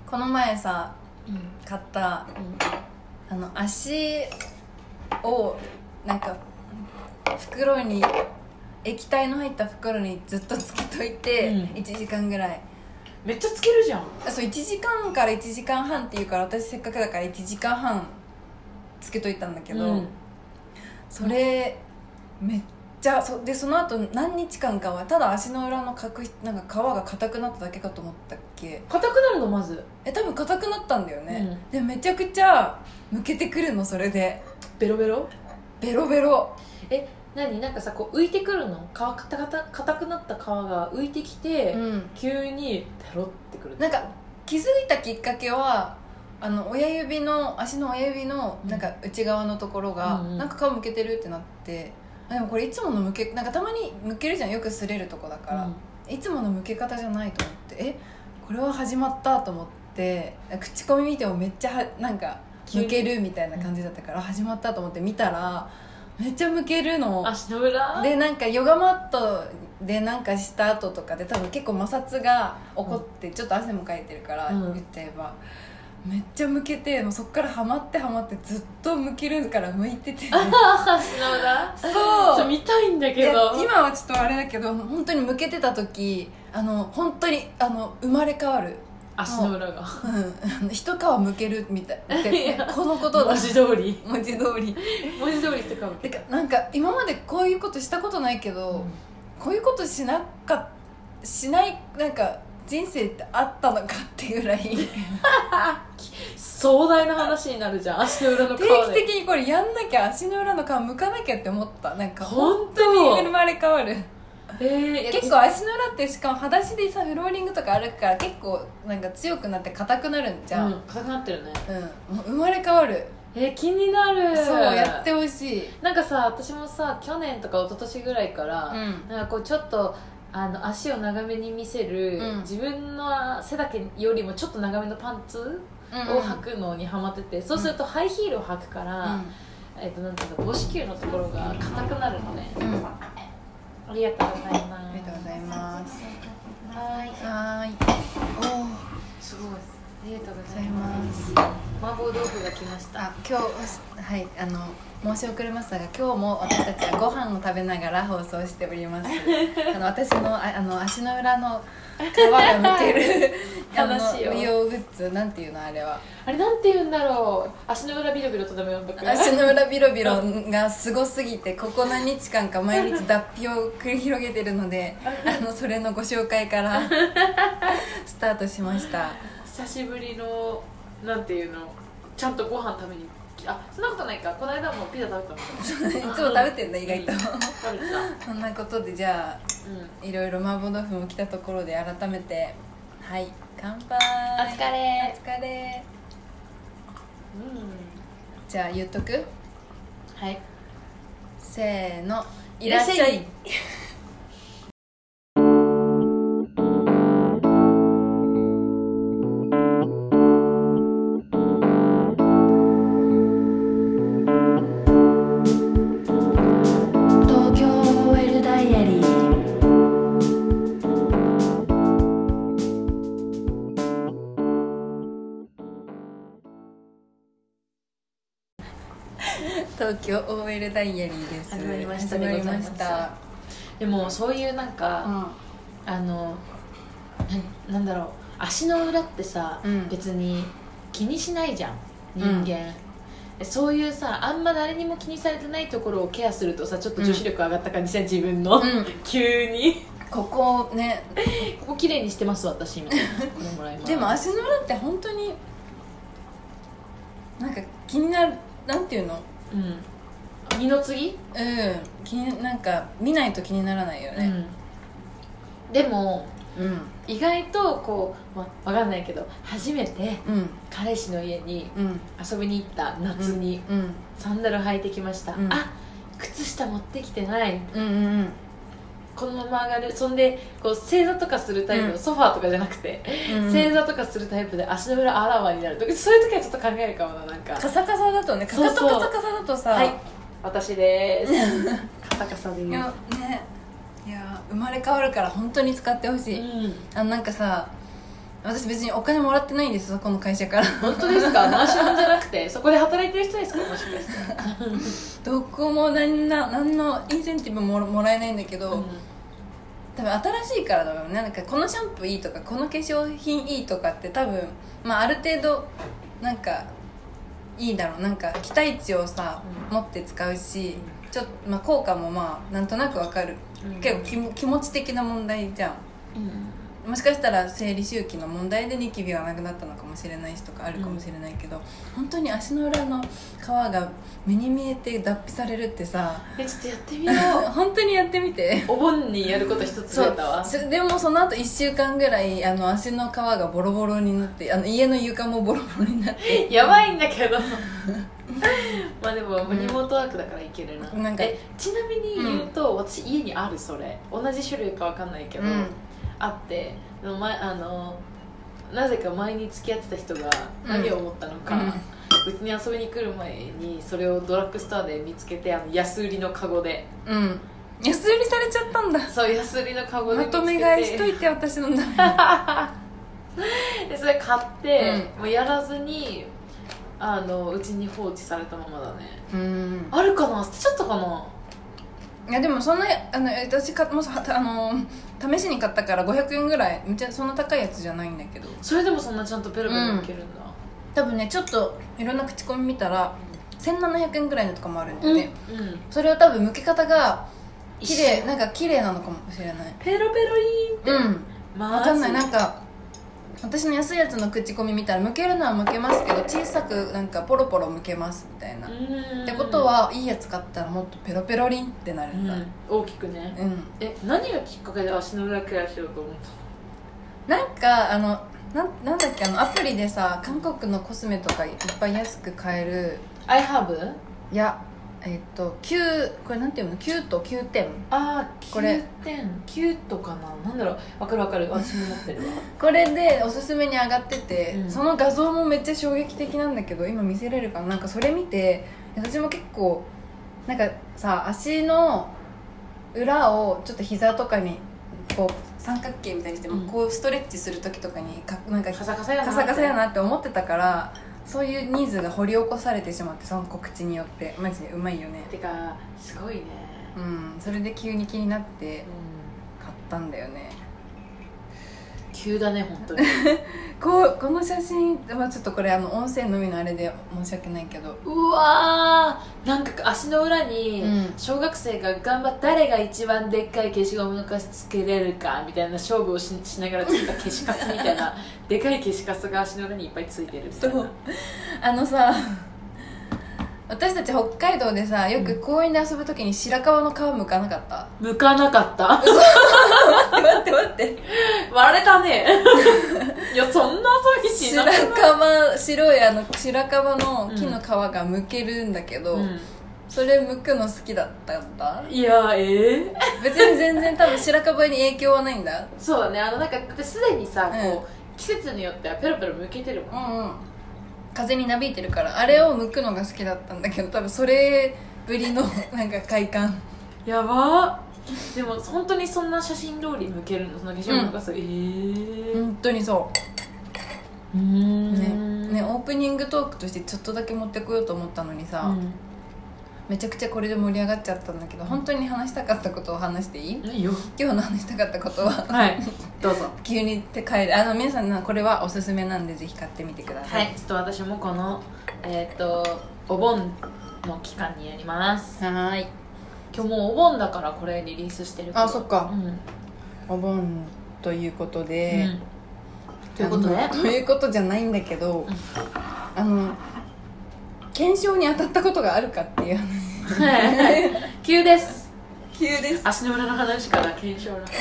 この前さうん買った、足をなんか袋に液体の入った袋にずっとつけといて、1時間ぐらい。 めっちゃつけるじゃん。 そう1時間から1時間半っていうから、私せっかくだから1時間半つけといたんだけど、それめっちゃでその後何日間かはただ足の裏のなんか皮が硬くなっただけかと思ったっけ。 硬くなるの？まず多分硬くなったんだよね、でめちゃくちゃむけてくるの。それでベロベロベロベロ。 何なんかさ、こう浮いてくるの？硬くなった皮が浮いてきて、急にペロってくる。 なんか気づいたきっかけは足の親指のなんか内側のところが、なんか皮むけてるってなって、でもこれいつものなんかたまにむけるじゃん、よく擦れるとこだから、いつものむけ方じゃないと思って、これは始まったと思って、口コミ見てもめっちゃなんかむけるみたいな感じだったから、始まったと思って見たらめっちゃむけるの。 足の裏でなんかヨガマットでなんかした後とかで多分結構摩擦が起こって、ちょっと汗もかいてるから、言っちゃえばめっちゃむけて、もうそっからハマってずっとむけるからむいてて足の裏そう見たいんだけど、 今はちょっとあれだけど、本当にむけてた時本当に生まれ変わる。 足の裏が一皮むけるみたいなこのことだ。 文字通り一皮一皮むける。 なんか今までこういうことしたことないけど、こういうことしないなんか人生ってあったのかっていうぐらい壮大な話になるじゃん。足の裏の皮で定期的にこれやんなきゃ、足の裏の皮むかなきゃって思った。なんか本当に生まれ変わる。 結構足の裏ってしかも裸足でさフローリングとか歩くから結構なんか強くなって硬くなるんじゃん。 硬くなってるね。 もう生まれ変わる。 気になる。 そうやってほしい。 なんかさ、私もさ去年とか一昨年ぐらいから、なんかこうちょっと足を長めに見せる、自分の背丈よりもちょっと長めのパンツを履くのにハマってて、そうするとハイヒールを履くから、なんていうの、母子球のところが硬くなるのね。ありがとうございます。 ありがとうございます。 はい。 おお、 すごい。ありがとうございます。麻婆豆腐が来ました。 今日はい申し遅れましたが、今日も私たちはご飯を食べながら放送しております。私の足の裏の皮がむける美容グッズ、なんていうのあれは。 あれなんていうんだろう。足の裏ビロビロとでも呼んどく。 足の裏ビロビロがすごすぎて、ここ何日間か毎日脱皮を繰り広げてるので、それのご紹介からスタートしました。 久しぶりのなんていうの、ちゃんとご飯食べに。そんなことないか。この間もピザ食べたいつも食べてんだ意外と。 食べた。 そんなことで、じゃあいろいろ麻婆豆腐も来たところで改めて、はい乾杯。 お疲れ。 お疲れ。じゃあ言っとく。 はい、 せーの、いらっしゃい。東京 OL ダイアリーです。 始まりました。でもそういうなんか、なんだろう、足の裏ってさ、別に気にしないじゃん人間、そういうさ、あんま誰にも気にされてないところをケアするとさ、ちょっと女子力上がった感じじゃん、自分の、急にここね、 ここ綺麗にしてます私みたいな。これもらいます。 でも足の裏って本当になんか気になる、なんていうの、 二の次、 なんか見ないと気にならないよね。 でも、意外とこう、わかんないけど、初めて彼氏の家に遊びに行った夏にサンダル履いてきました。あ、靴下持ってきてない、このまま上がる。そんでこう正座とかするタイプ、ソファーとかじゃなくて、正座とかするタイプで足の裏あらわになると、そういう時はちょっと考えるかもな。なんかカサカサだとね、かかとカサカサだとさ、 はい、私ですカサカサでいい。 いや生まれ変わるから本当に使ってほしい。なんかさ、 私別にお金もらってないんです、そこの会社から。 本当ですか？マンションじゃなくてそこで働いてる人ですか、もしかしてどこも何のインセンティブもらえないんだけど、多分新しいからだろうね。なんかこのシャンプーいいとかこの化粧品いいとかって多分、ある程度なんかいいだろう、なんか期待値をさ、持って使うし、ちょっと、効果もなんとなくわかる、結構気持ち的な問題じゃん、もしかしたら生理周期の問題でニキビがなくなったのかもしれないしとかあるかもしれないけど、本当に足の裏の皮が目に見えて脱皮されるってさ、 ちょっとやってみよう本当にやってみて。 お盆にやること一つ増えたわ。 でもその後1週間ぐらい足の皮がボロボロになって、家の床もボロボロになってやばいんだけどでもリモートワークだからいけるな。 なんかちなみに言うと、私家にある、それ同じ種類かわかんないけど、あって、なぜか前に付き合ってた人が何を思ったのか、うちに遊びに来る前にそれをドラッグストアで見つけて、安売りのカゴで、 安売りされちゃったんだ。 そう、安売りのカゴで見つけて、 まとめ買いしといて、私の名前でそれ買って、もうやらずにうちに放置されたままだね。あるかな、捨てちゃったかな。 いやでもそんな私も試しに買ったから500円ぐらい、めっちゃそんな高いやつじゃないんだけど、 それでもそんなちゃんとペロペロいけるんだ。 多分ね、ちょっといろんな口コミ見たら1700円ぐらいのとかもあるんだよね、それは多分剥け方が綺麗なのかもしれない。 ペロペロリーンって、 分かんない。なんか私の安いやつの口コミ見たら、剥けるのは剥けますけど小さくなんかポロポロ剥けますみたいな、ってことはいいやつ買ったらもっとペロペロリンってなるんだ、 大きくね。何がきっかけで足の裏ケアしようと思った？なんかなんだっけ、アプリでさ、韓国のコスメとかいっぱい安く買える。 アイハーブ？ いや、これなんていうの、キュート9点。 これキュートかな、なんだろう、分かる私も持ってるわこれでおすすめに上がってて、その画像もめっちゃ衝撃的なんだけど、今見せれるかな。なんかそれ見て私も結構なんかさ、足の裏をちょっと膝とかにこう三角形みたいにして、こうストレッチする時とかになんかカサカサやなって思ってたから、そういうニーズが掘り起こされてしまって、その告知によって。マジでうまいよね。 てかすごいね。 それで急に気になって買ったんだよね。 急だね本当にこの写真はちょっとこれ音声のみのあれで申し訳ないけど、 うわー、なんか足の裏に小学生が頑張って誰が一番でっかい消しゴムのカスつけれるかみたいな勝負をしながらつけた消しカスみたいなでかい消しカスが足の裏にいっぱいついてるみたいな。 さ、私たち北海道でさ、よく公園で遊ぶときに白川の皮むかなかった？ むかなかった待って割れたねいや、そんな遊びしなくない？ 白い白樺の木の皮がむけるんだけど、それむくの好きだったんだ。 いや別に全然多分白樺に影響はないんだ。 そうだね、なんかすでにさ、こう季節によってはペロペロむけてるもん。 風になびいてるから、あれを剥くのが好きだったんだけど、多分それぶりのなんか快感。 やばー。でも本当にそんな写真通り剥けるの？その化粧品がさ、 本当にそうね。オープニングトークとしてちょっとだけ持ってこようと思ったのにさ、めちゃくちゃこれで盛り上がっちゃったんだけど、本当に話したかったことを話していい？ いいよ。 今日の話したかったことははいどうぞ。 急にって帰る。皆さんこれはおすすめなんでぜひ買ってみてください。 はい、ちょっと私もこのお盆の期間にやります。 はい。 今日もうお盆だからこれリリースしてるけど。 そっか、お盆ということで、 ということじゃないんだけど、検証に当たったことがあるかっていう話急です足の裏の話から検証のなんか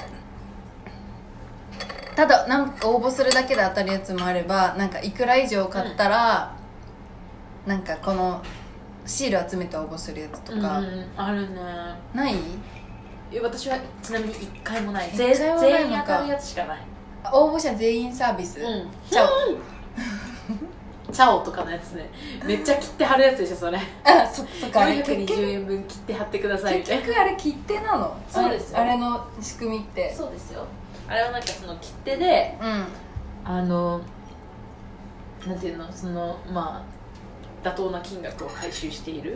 ただなんか応募するだけで当たるやつもあれば、なんかいくら以上買ったら、なんかこのシール集めて応募するやつとか、 あるね。 ない？ 私はちなみに1回もない。 全員当たるやつしかない。 応募者全員サービス、 チャオチャオとかのやつね。めっちゃ切って貼るやつでしょそれ。 そっか。 420円分切って貼ってくださいみたいな。 結局あれ切手なの？ そうですよ。 あれの仕組みって。 そうですよ。あれはなんかその切手で、 なんていうの、そのまあ妥当な金額を回収している。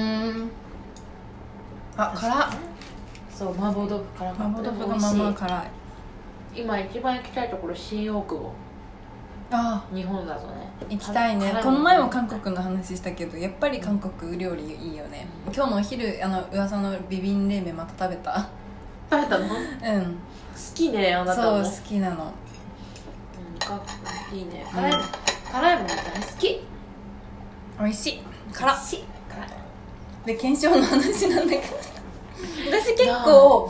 あ、辛っ。 そう、麻婆豆腐辛かった。 麻婆豆腐がまあまあ辛い。 今一番行きたいところ新大久保。 ああ、日本だとね行きたいね。この前も韓国の話したけど、やっぱり韓国料理いいよね。今日のお昼噂のビビン冷麺また食べた。 食べたの？うん、好きね、あなたも。 そう、好きなの。 いいね。辛いもの大好き。 美味しい。辛っ。 辛いで、検証の話なんだけど私結構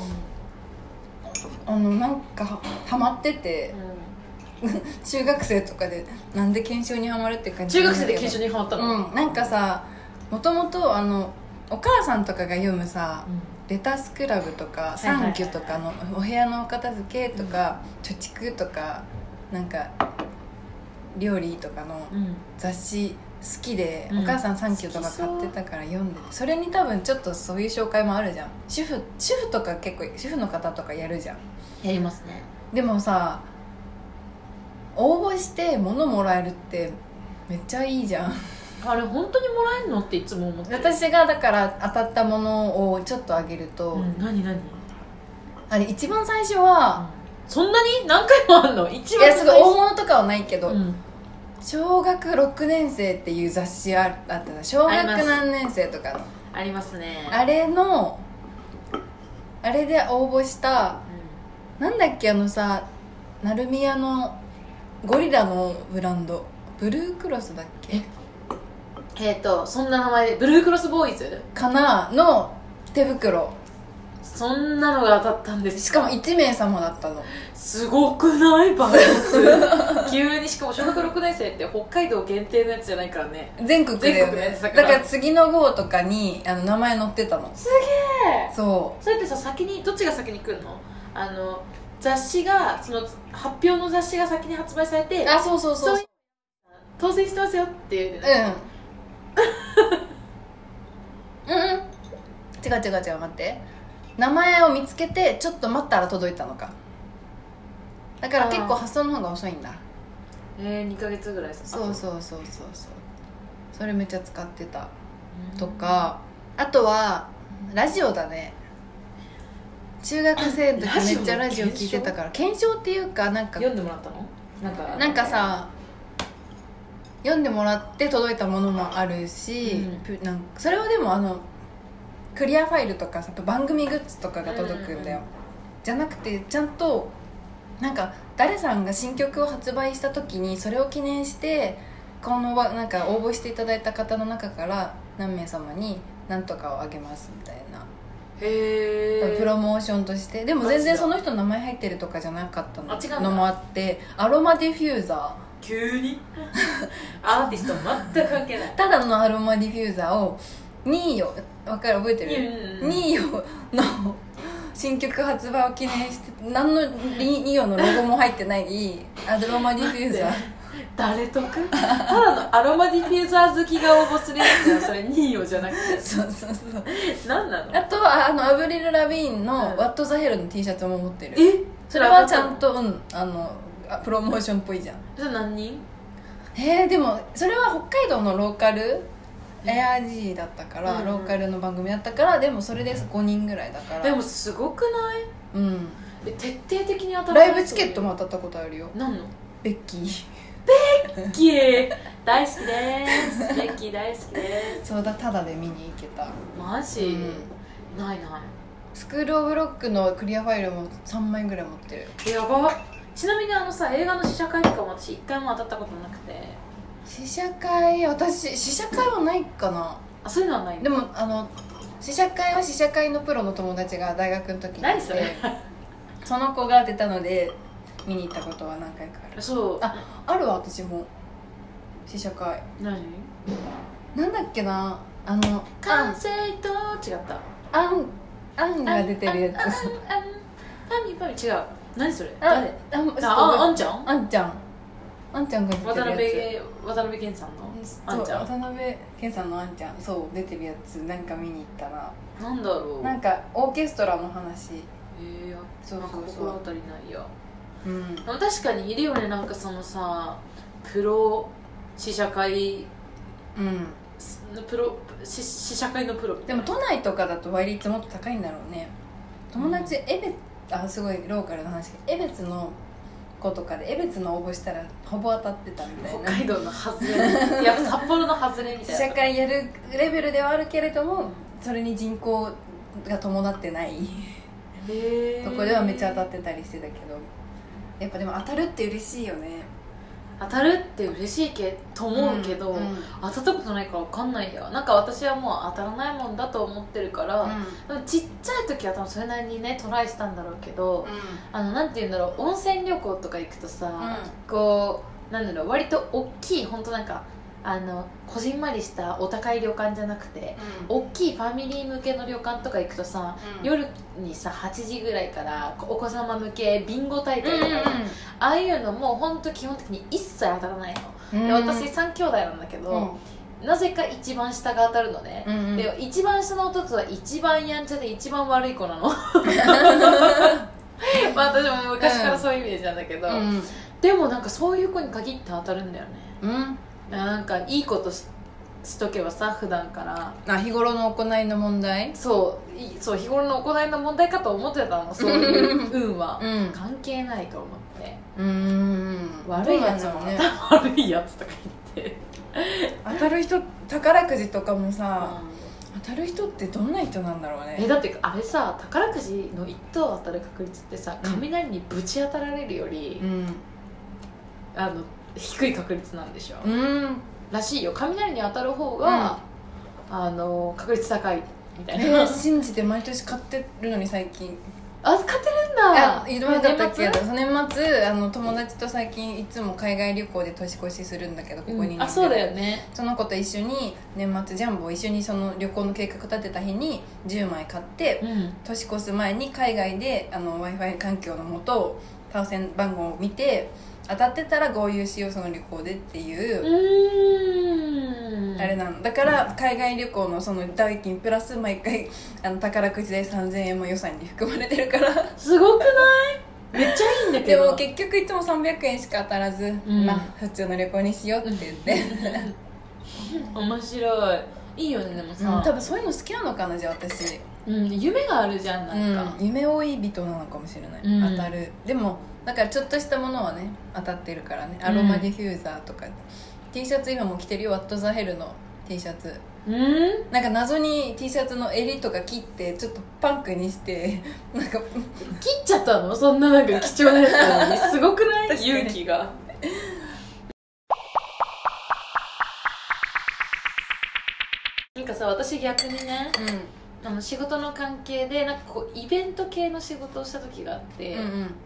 なんかハマってて、中学生とかでなんで検証にハマるって感じ。 中学生で検証にハマったの？ なんかさ、もともとお母さんとかが読むさ、レタスクラブとかサンキュとかのお部屋のお片付けとか、貯蓄とかなんか料理とかの雑誌好きで、お母さんサンキュとか買ってたから読んでて、それに多分ちょっとそういう紹介もあるじゃん。主婦とか結構主婦の方とかやるじゃん。 やりますね。 でもさ、応募して物もらえるってめっちゃいいじゃん。 あれ本当にもらえるのっていつも思ってる。 私がだから当たったものをちょっとあげると、 何あれ一番最初は、 そんなに何回もあんの？一番いや、すごい大物とかはないけど、 うん、 小学6年生っていう雑誌あったな。小学何年生とかのありますね。 あれで応募した、なんだっけ、さ、成宮のゴリラのブランド、ブルークロスだっけ、 そんな名前でブルークロスボーイズかなの手袋。 そんなのが当たったんです。 しかも1名様だったの。 すごくない？バカ急に。しかも小学6年生って北海道限定のやつじゃないからね。 全国だよね。だから次の号とかに名前載ってたの。 すげえ。 そう。 それってさ、先にどっちが先に来るの？雑誌が、その発表の雑誌が先に発売されて、 あ、そう当選してますよっていうね。違う、待って、名前を見つけてちょっと待ったら届いたのか。だから結構発送の方が遅いんだ。 2ヶ月ぐらい。 そう。それめっちゃ使ってたとか、あとはラジオだね。中学生の時めっちゃラジオ聞いてたから。検証っていうか、なんか読んでもらったの？ なんかさ、読んでもらって届いたものもあるし、なんかそれはでもクリアファイルとかさ、番組グッズとかが届くんだよ、じゃなくてちゃんとなんか誰さんが新曲を発売した時にそれを記念してなんか応募していただいた方の中から何名様に何とかをあげますみたいな。 へー。 プロモーションとして。でも全然その人の名前入ってるとかじゃなかったのもあって、アロマディフューザー、 急にアーティスト全く関係ないただのアロマディフューザーをニーヨ、覚えてる？ニーヨの新曲発売を記念して、何のニーヨのロゴも入ってないアロマディフューザー誰得？ただのアロマディフューザー好きが応募するやつじゃん。それニーヨじゃなくて。 そう何なの？ あとはアブリル・ラビーンのワット・ザ・ヘルの T シャツも持ってる。それははちゃんとプロモーションっぽいじゃん。 それ何人？ でもそれは北海道のローカルエアー G だったから、ローカルの番組だったから。でもそれで5人ぐらいだから。 でもすごくない？徹底的に当たる。 ライブチケットも当たったことあるよ。 何の？ ベッキー大好きですベッキー大好きです。 そうだ、タダで見に行けた。 マジ？ない。 スクールオブロックのクリアファイルも3枚ぐらい持ってる。 やば。ちなみにさ、映画の試写会とかも私1回も当たったことなくて。 試写会、私試写会はないかな。 あ、そういうのはないんだ。 でも試写会は試写会のプロの友達が大学の時にいて、 何それその子が出たので見に行ったことは何回かある。 そう。 あるわ、私も試写会。 何？ なんだっけな、 完成と違った。 アンが出てるやつ。 パミ違う。何それ？ 誰？ あんちゃん？ あんちゃんが出てるやつ。 渡辺謙さんのあんちゃん。 渡辺謙さんのあんちゃん、そう出てるやつ。なんか見に行ったな。 なんだろう。 なんかオーケストラの話。 そう心当たりないや。 うん、 でも確かにいるよね、なんかそのさプロ試写会、 うん、 試写会のプロ。 でも都内とかだと倍率もっと高いんだろうね。友達、すごいローカルな話、江別の子とかで江別の応募したらほぼ当たってたみたいな。 北海道の外れいや札幌の外れみたいな。 試写会やるレベルではあるけれども、それに人口が伴ってないとこではめっちゃ当たってたりしてたけど、やっぱでも当たるって嬉しいよね。 当たるって嬉しいと思うけど、当たったことないから分かんないよ。なんか私はもう当たらないもんだと思ってるから、でもちっちゃい時は多分それなりにねトライしたんだろうけど、なんて言うんだろう、温泉旅行とか行くとさ、こうなんだろう、割と大きい、本当なんかこじんまりしたお高い旅館じゃなくて、大きいファミリー向けの旅館とか行くとさ、夜にさ8時ぐらいからお子様向けビンゴ大会とか、ああいうのも本当基本的に一切当たらないの、で私3兄弟なんだけど、なぜか一番下が当たるのね、で一番下の弟は一番やんちゃで一番悪い子なのまあ私も昔からそういうイメージなんだけど、でもなんかそういう子に限って当たるんだよね。なんかいいこと しとけばさ、普段から日頃の行いの問題、 そう日頃の行いの問題かと思ってたの、そういう運は、関係ないと思って、悪いやつもまた悪いやつとか言って当たる人、宝くじとかもさ、当たる人ってどんな人なんだろうね。 だってあれさ、宝くじの1等当たる確率ってさ、雷にぶち当たられるより、低い確率なんでしょ、らしいよ。雷に当たる方が、確率高いみたいな、 信じて毎年買ってるのに最近。 買ってるんだ。 言わなかったけど、年末友達と最近いつも海外旅行で年越しするんだけど、ここに、 そうだよね。 その子と一緒に年末ジャンボを一緒にその旅行の計画立てた日に10枚買って、年越す前に海外でWi-Fi 環境のもと当選番号を見て、当たってたら合流しようその旅行でっていうあれなの。だから海外旅行のその代金プラス毎回宝くじで3000円も予算に含まれてるからすごくない？めっちゃいいんだけど。 でも結局いつも300円しか当たらず、普通の旅行にしようって言って面白い。いいよね。でもさ、 多分そういうの好きなのかな、じゃあ私。 夢があるじゃん、なんか、 夢追い人なのかもしれない、当たる。でもだからちょっとしたものはね当たってるからね。アロマディフューザーとか、T シャツ今も着てるよ、ワット・ザ・ヘルの T シャツ。なんか謎に T シャツの襟とか切ってちょっとパンクにしてなんか切っちゃったの？そんななんか貴重なやつなのにすごくない？勇気がなんかさ、私逆にね、仕事の関係でなんかこうイベント系の仕事をした時があって、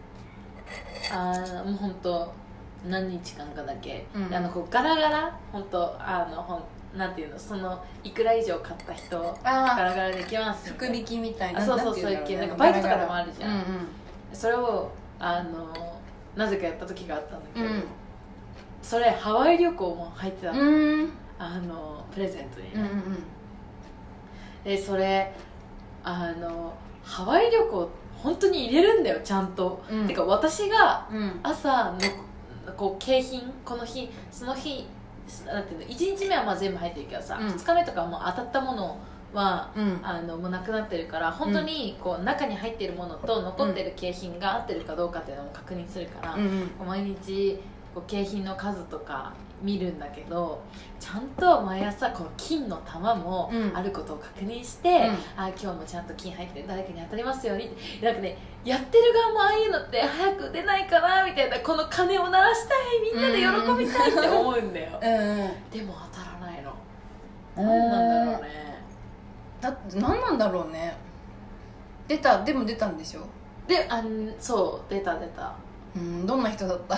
もう本当何日間かだけ、こうガラガラ、本当なんていうの、そのいくら以上買った人ガラガラできます福引きみたいな。 そういう系、なんかバイトとかでもあるじゃん、それをなぜかやった時があったんだけど、それハワイ旅行も入ってたの、プレゼントにね、でそれハワイ旅行本当に入れるんだよちゃんと、てか私が朝のこう景品、この日その日なんていうの、1日目はまあ全部入ってるけどさ、2日目とかもう当たったものは、もうなくなってるから、本当にこう中に入っているものと残ってる景品が合ってるかどうかっていうのも確認するから、毎日こう景品の数とか見るんだけど、ちゃんと毎朝この金の玉もあることを確認して、今日もちゃんと金入って誰かに当たりますようにって、なんかね、やってる側もああいうのって早く出ないかなみたいな、この鐘を鳴らしたい、みんなで喜びたいって思うんだよ、でも当たらないの。何なんだろうね。 何なんだろうね。でも出たんでしょ。 で、そう出た。 どんな人だった？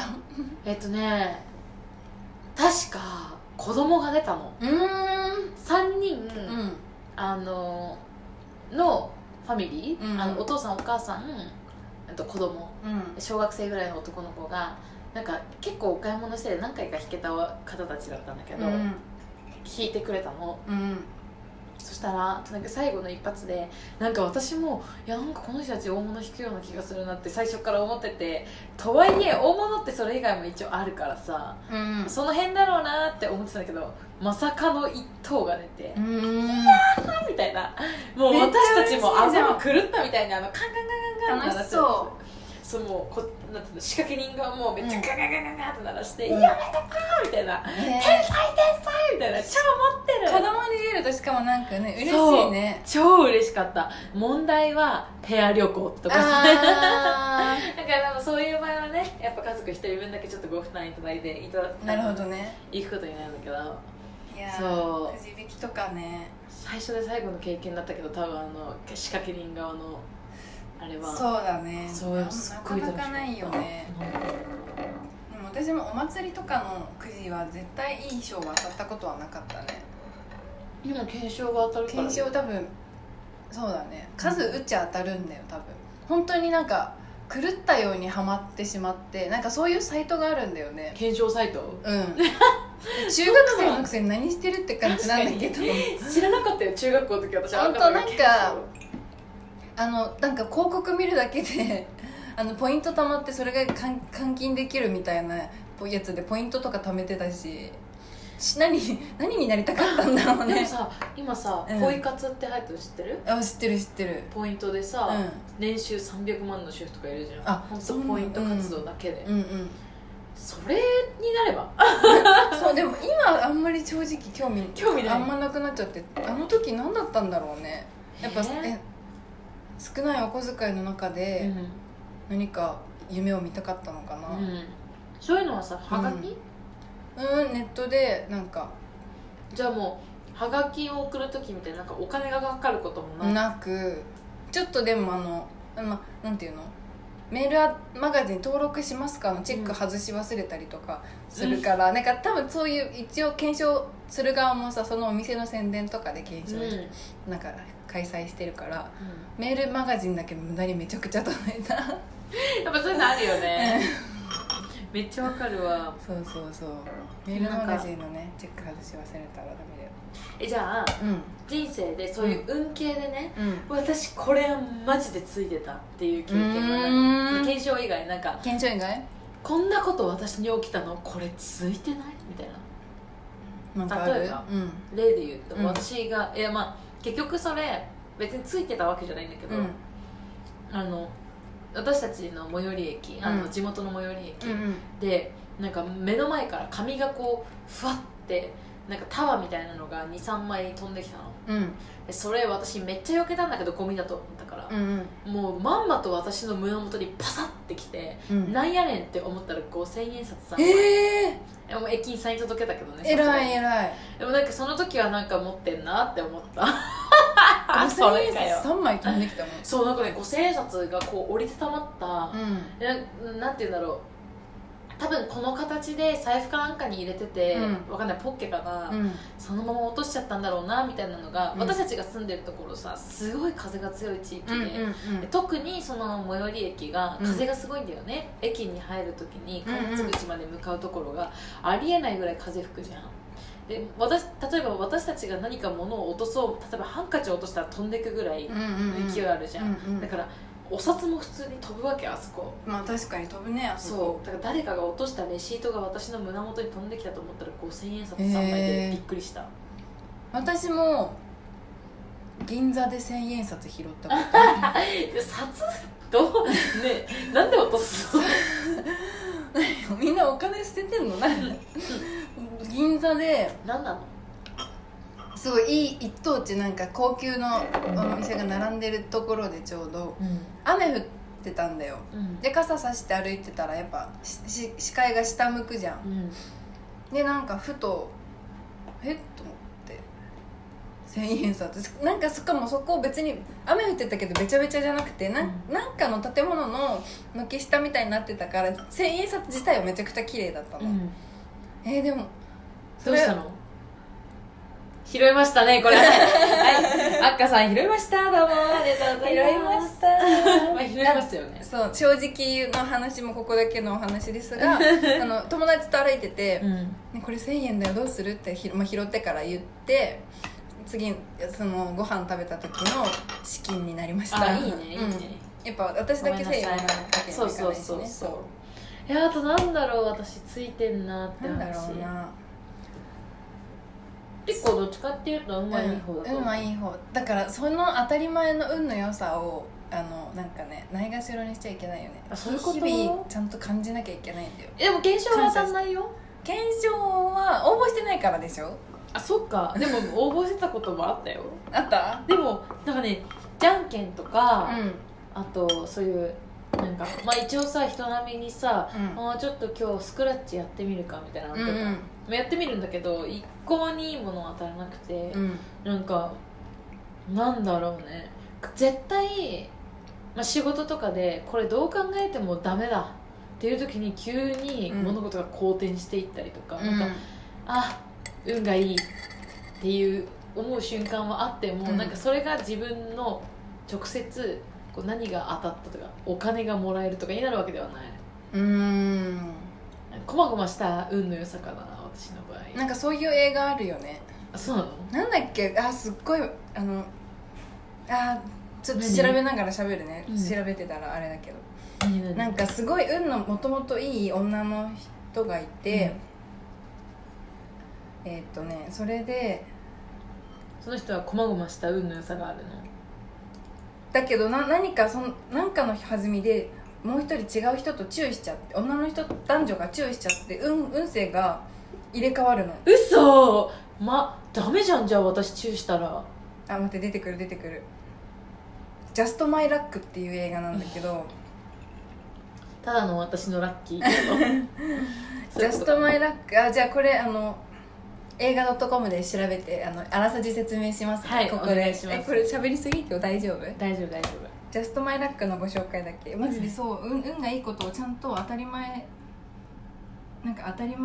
確か子供が出たの。3人、のファミリー、お父さんお母さん子供、小学生ぐらいの男の子がなんか結構お買い物して何回か弾けた方たちだったんだけど、弾いてくれたの、 そしたらなんか最後の一発でなんか私もいやなんかこの人たち大物引くような気がするなって最初から思ってて、とはいえ大物ってそれ以外も一応あるからさ、その辺だろうなって思ってたんだけど、まさかの一頭が出て、いやーみたいな、もう私たちも頭狂ったみたいな、カンカンカンカンカンってなってそうもうなんていうの、仕掛け人がもうめっちゃガガガガガって鳴らして、やめたかーみたいな、天才天才みたいな、超持ってる子供に出るとしかもなんかね嬉しいね、 超嬉しかった。問題はペア旅行とかさだからそういう場合はね、やっぱ家族一人分だけちょっとご負担いただいてなるほどね、 行くことになるんだけど、 いやそうくじ引きとかね、 最初で最後の経験だったけど、多分仕掛け人側のあれはそうだね、 そうすっごいなかなかないよね、でも私もお祭りとかのくじは絶対いい賞は当たったことはなかったね。 でも懸賞が当たるから、 懸賞多分そうだね、数打っちゃ当たるんだよ多分。本当になんか狂ったようにハマってしまって、なんかそういうサイトがあるんだよね、 懸賞サイト。 中学生のくせに何してるって感じなんだけど知らなかったよ中学校の時。私本当なんかなんか広告見るだけでポイント貯まってそれが換金できるみたいなやつでポイントとか貯めてたし、何になりたかったんだろうね。 でもさ今さ、ポイ活って入ってるの知ってる？ あ、知ってる知ってる。 ポイントでさ、年収300万の主婦とかいるじゃん。 あ、 本当ポイント活動だけで、それになればそうでも今あんまり正直興味ないあんまなくなっちゃって、あの時何だったんだろうね。やっぱ少ないお小遣いの中で何か夢を見たかったのかな、 そういうのはさ、はがき？ ネットでなんか、 じゃあもうはがきを送る時みたいな、なんかお金がかかることもなく、ちょっとでもなんていうの、メールマガジン登録しますかのチェック外し忘れたりとかするから、なんか多分そういう一応検証する側もさ、そのお店の宣伝とかで検証なんか開催してるから、メールマガジンだけ無駄にめちゃくちゃ届いたやっぱそういうのあるよねめっちゃわかるわ。 そうメールマガジンのねチェック外し忘れたらダメだよ。 じゃあ、人生でそういう運慶でね、私これマジでついてたっていう経験がない？検証以外、なんか検証以外こんなこと私に起きたのこれついてないみたいな。なんか例えば、例で言うと、私が結局それ別についてたわけじゃないんだけど、私たちの最寄り駅、地元の最寄り駅で、なんか目の前から紙がこうふわってなんか束みたいなのが 2,3 枚飛んできたの、でそれ私めっちゃ避けたんだけどゴミだと思ったから、もうまんまと私の胸元にパサってきて、なんやねんって思ったら5,000円札3枚、もう駅員さんに届けたけどね。 偉い。 でもなんかその時はなんか持ってんなって思った 5,000円札3枚飛んできたの。 そう、なんかね5,000円札がこう折りたたまった、なんていうんだろう、多分この形で財布かなんかに入れてて、わかんない、ポッケかな、そのまま落としちゃったんだろうなみたいなのが、私たちが住んでるところさ、すごい風が強い地域で、特にその最寄り駅が風がすごいんだよね、駅に入るときに開発口まで向かうところがありえないぐらい風吹くじゃん。で例えば私たちが何か物を落とそう、例えばハンカチを落としたら飛んでくぐらい勢いあるじゃん、だからお札も普通に飛ぶわけ、あそこ。 まあ確かに飛ぶね、あそこ。 そうだから誰かが落としたレシートが私の胸元に飛んできたと思ったら5,000円札3枚でびっくりした。 私も銀座で1000円札拾ったことある札どうね、なんで落とすのみんなお金捨ててんの？銀座で何なの？ すごいいい一等地、なんか高級のお店が並んでるところでちょうど、雨降ってたんだよ、で傘さして歩いてたらやっぱ視界が下向くじゃん、でなんかふとと思って1000円札、なんかしかもそこ別に雨降ってたけどべちゃべちゃじゃなくて、なんかの建物の軒下みたいになってたから1000円札自体はめちゃくちゃ綺麗だったの、でもどうしたの？拾いましたねこれはい、あっかさん拾いました、どうもありがとうございます。拾いますよね。そう、 正直の話もここだけのお話ですが友達と歩いてて、これ1000円だよどうするって拾ってから言って、 次そのご飯食べた時の資金になりました。 あ、いいねいいね、 やっぱ私だけ1000円はかけないといけないしね。 そうあとなんだろう、私ついてんなって話。なんだろうな、結構どっちかっていうと運はいい方だと思う。運はいい方だから、その当たり前の運の良さをなんかね、ないがしろにしちゃいけないよね。 そういうこと。 日々ちゃんと感じなきゃいけないんだよ。 でも検証は当たんないよ。 検証は応募してないからでしょ。 あ、そっか。でも応募してたこともあったよ。 あった。 でもなんかね、じゃんけんとか、あとそういうなんか、まあ、一応さ人並みにさ、ちょっと今日スクラッチやってみるかみたいなのとか、やってみるんだけど一向にいいものは当たらなくて、なんかなんだろうね、絶対、まあ、仕事とかでこれどう考えてもダメだっていう時に急に物事が好転していったりとか、なんかあ、運がいいっていう思う瞬間はあっても、なんかそれが自分の直接こう何が当たったとかお金がもらえるとかになるわけではない。こまごました運の良さかな、私の場合。 なんかそういう映画あるよね。 あ、そうなの？ なんだっけ、すっごいちょっと調べながら喋るね、調べてたらあれだけど、なんかすごい運のもともといい女の人がいて、それでその人はこまごました運の良さがあるのだけど、何かなんかの弾みでもう一人違う人とチューしちゃって、男女がチューしちゃって運勢が入れ替わるの。 嘘。ダメじゃん。じゃあ私チューしたら。 待って、出てくるジャストマイラックっていう映画なんだけどただの私のラッキージャストマイラック、じゃあこれ映画 .com で調べてあらすじ説明しますね。 はい、 ここでお願いします。 これ喋りすぎて大丈夫？ 大丈夫。 ジャストマイラックのご紹介だけ。マジでそう、運がいいことをちゃんと当たり前に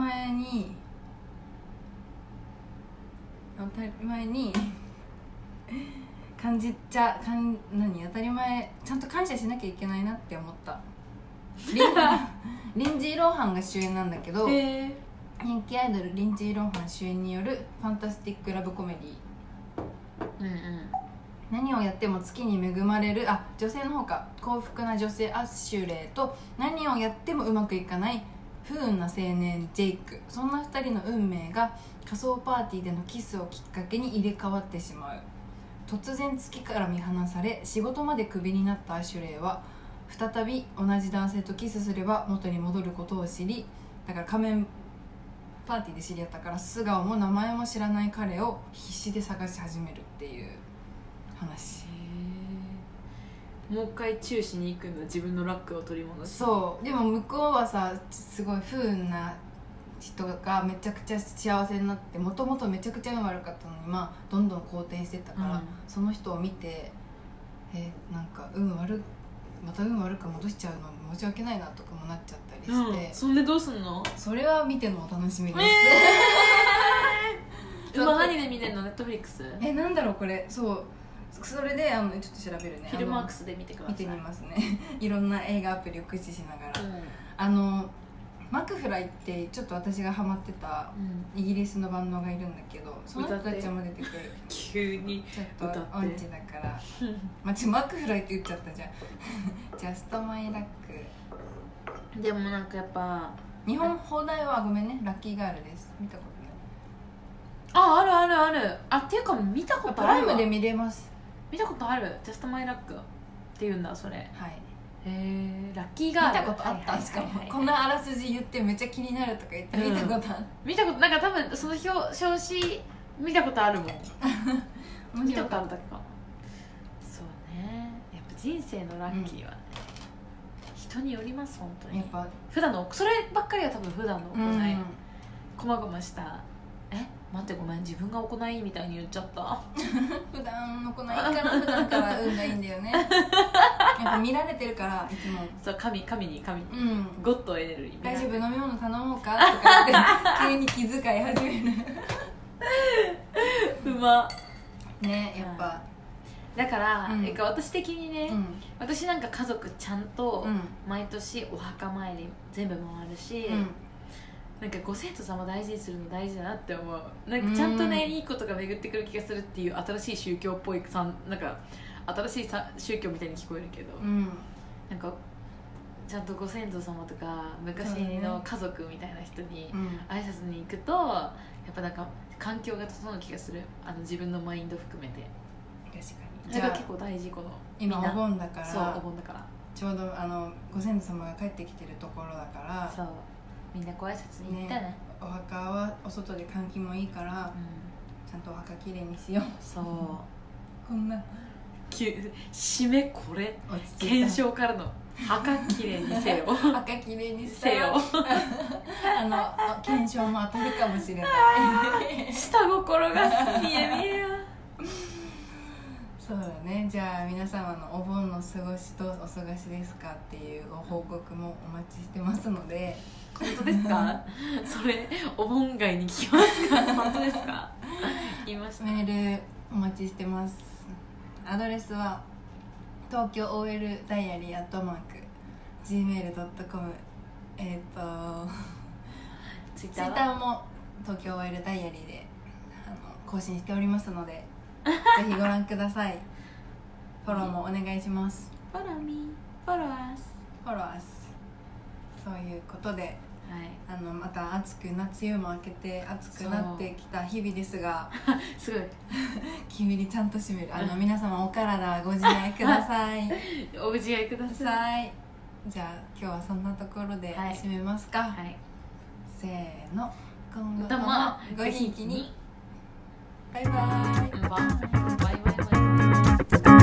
感じちゃ当たり前ちゃんと感謝しなきゃいけないなって思った。リンジー・ローハンが主演なんだけど、人気アイドルリンジー・ローハン主演によるファンタスティックラブコメディ、何をやっても月に恵まれる女性の方か、幸福な女性アッシュレイと何をやってもうまくいかない不運な青年ジェイク、そんな2人の運命が仮想パーティーでのキスをきっかけに入れ替わってしまう。突然月から見放され仕事までクビになったアシュレイは再び同じ男性とキスすれば元に戻ることを知り、だから仮面パーティーで知り合ったから素顔も名前も知らない彼を必死で探し始めるっていう話。 もう一回チューしに行くんだ、自分のラックを取り戻す。 そう。でも向こうはさ、すごい不運な人がめちゃくちゃ幸せになって、もともとめちゃくちゃ運悪かったのに、どんどん好転してったから、その人を見てなんかまた運悪く戻しちゃうの申し訳ないなとかもなっちゃったりして、 そんでどうすんの？ それは見てのお楽しみです。 今何で見てんの？ネットフリックス？ なんだろうこれ。そうそれでちょっと調べるね。 フィルマークスで見てください。 見てみますね。いろんな映画アプリを駆使しながら、マクフライってちょっと私がハマってたイギリスのバンドがいるんだけど、その人たちも出てくる。 急にちょっと音痴だからマクフライって言っちゃったじゃん。ジャストマイラック。 でもなんかやっぱ日本放題はごめんね、ラッキーガールです。見たことない。 ある。っていうか見たことあるわ。 プライムで見れます。 見たことある。ジャストマイラックっていうんだそれ。 はい。 ラッキーガール見たことあった。しかもこんなあらすじ言ってめっちゃ気になるとか言って見たことある。 見たことなんか多分その表紙見たことあるもん。見たことあるだけか。そうね。やっぱ人生のラッキーはね、人によります本当に。 やっぱ普段のそればっかりは多分普段の行い。こまごました待ってごめん自分が行いみたいに言っちゃった普段の行いから普段から運がいいんだよね。やっぱ見られてるからいつも。 そう神にゴッドエネルギー。 大丈夫飲み物頼もうかとか言って急に気遣い始める。 うまね。やっぱだから、私的にね、私なんか家族ちゃんと毎年お墓参り全部回るし、 なんかご先祖様大事にするの大事だなって思う。なんかちゃんとね、いいことが巡ってくる気がするっていう新しい宗教っぽいなんか新しい宗教みたいに聞こえるけど、なんかちゃんとご先祖様とか昔の家族みたいな人に挨拶に行くと、やっぱなんか環境が整う気がする。自分のマインド含めて。 確かに。 それが結構大事。この今お盆だから。 そう、お盆だからちょうどご先祖様が帰ってきてるところだから、 そう、みんなご挨拶に行ったね。 お墓はお外で換気もいいから、ちゃんとお墓きれいにしよう。 そうこんな締めこれ検証からの墓きれいにせよ墓きれいにせよ検証も当たるかもしれない下心が見え見えよそうだね。じゃあ皆様のお盆の過ごしどうお過ごしですかっていうご報告もお待ちしてますので。 本当ですかそれお盆外に聞きますか本当ですか言いました。 メールお待ちしてます。アドレスは東京 OL ダイアリー@gmail.com。 ツイッターも東京 OL ダイアリーで更新しておりますのでぜひご覧ください。フォローもお願いします。 フォローミー、フォロワース、 フォロワース。そういうことで、 はい、 また梅雨も明けて暑くなってきた日々ですがすごいきびりちゃんと締める。皆様お体ご自愛くださいお自愛ください。 じゃあ今日はそんなところで締めますか。 はい、 せーの、今後ともごひいきに。バイバイ。 バイバイバイバイ。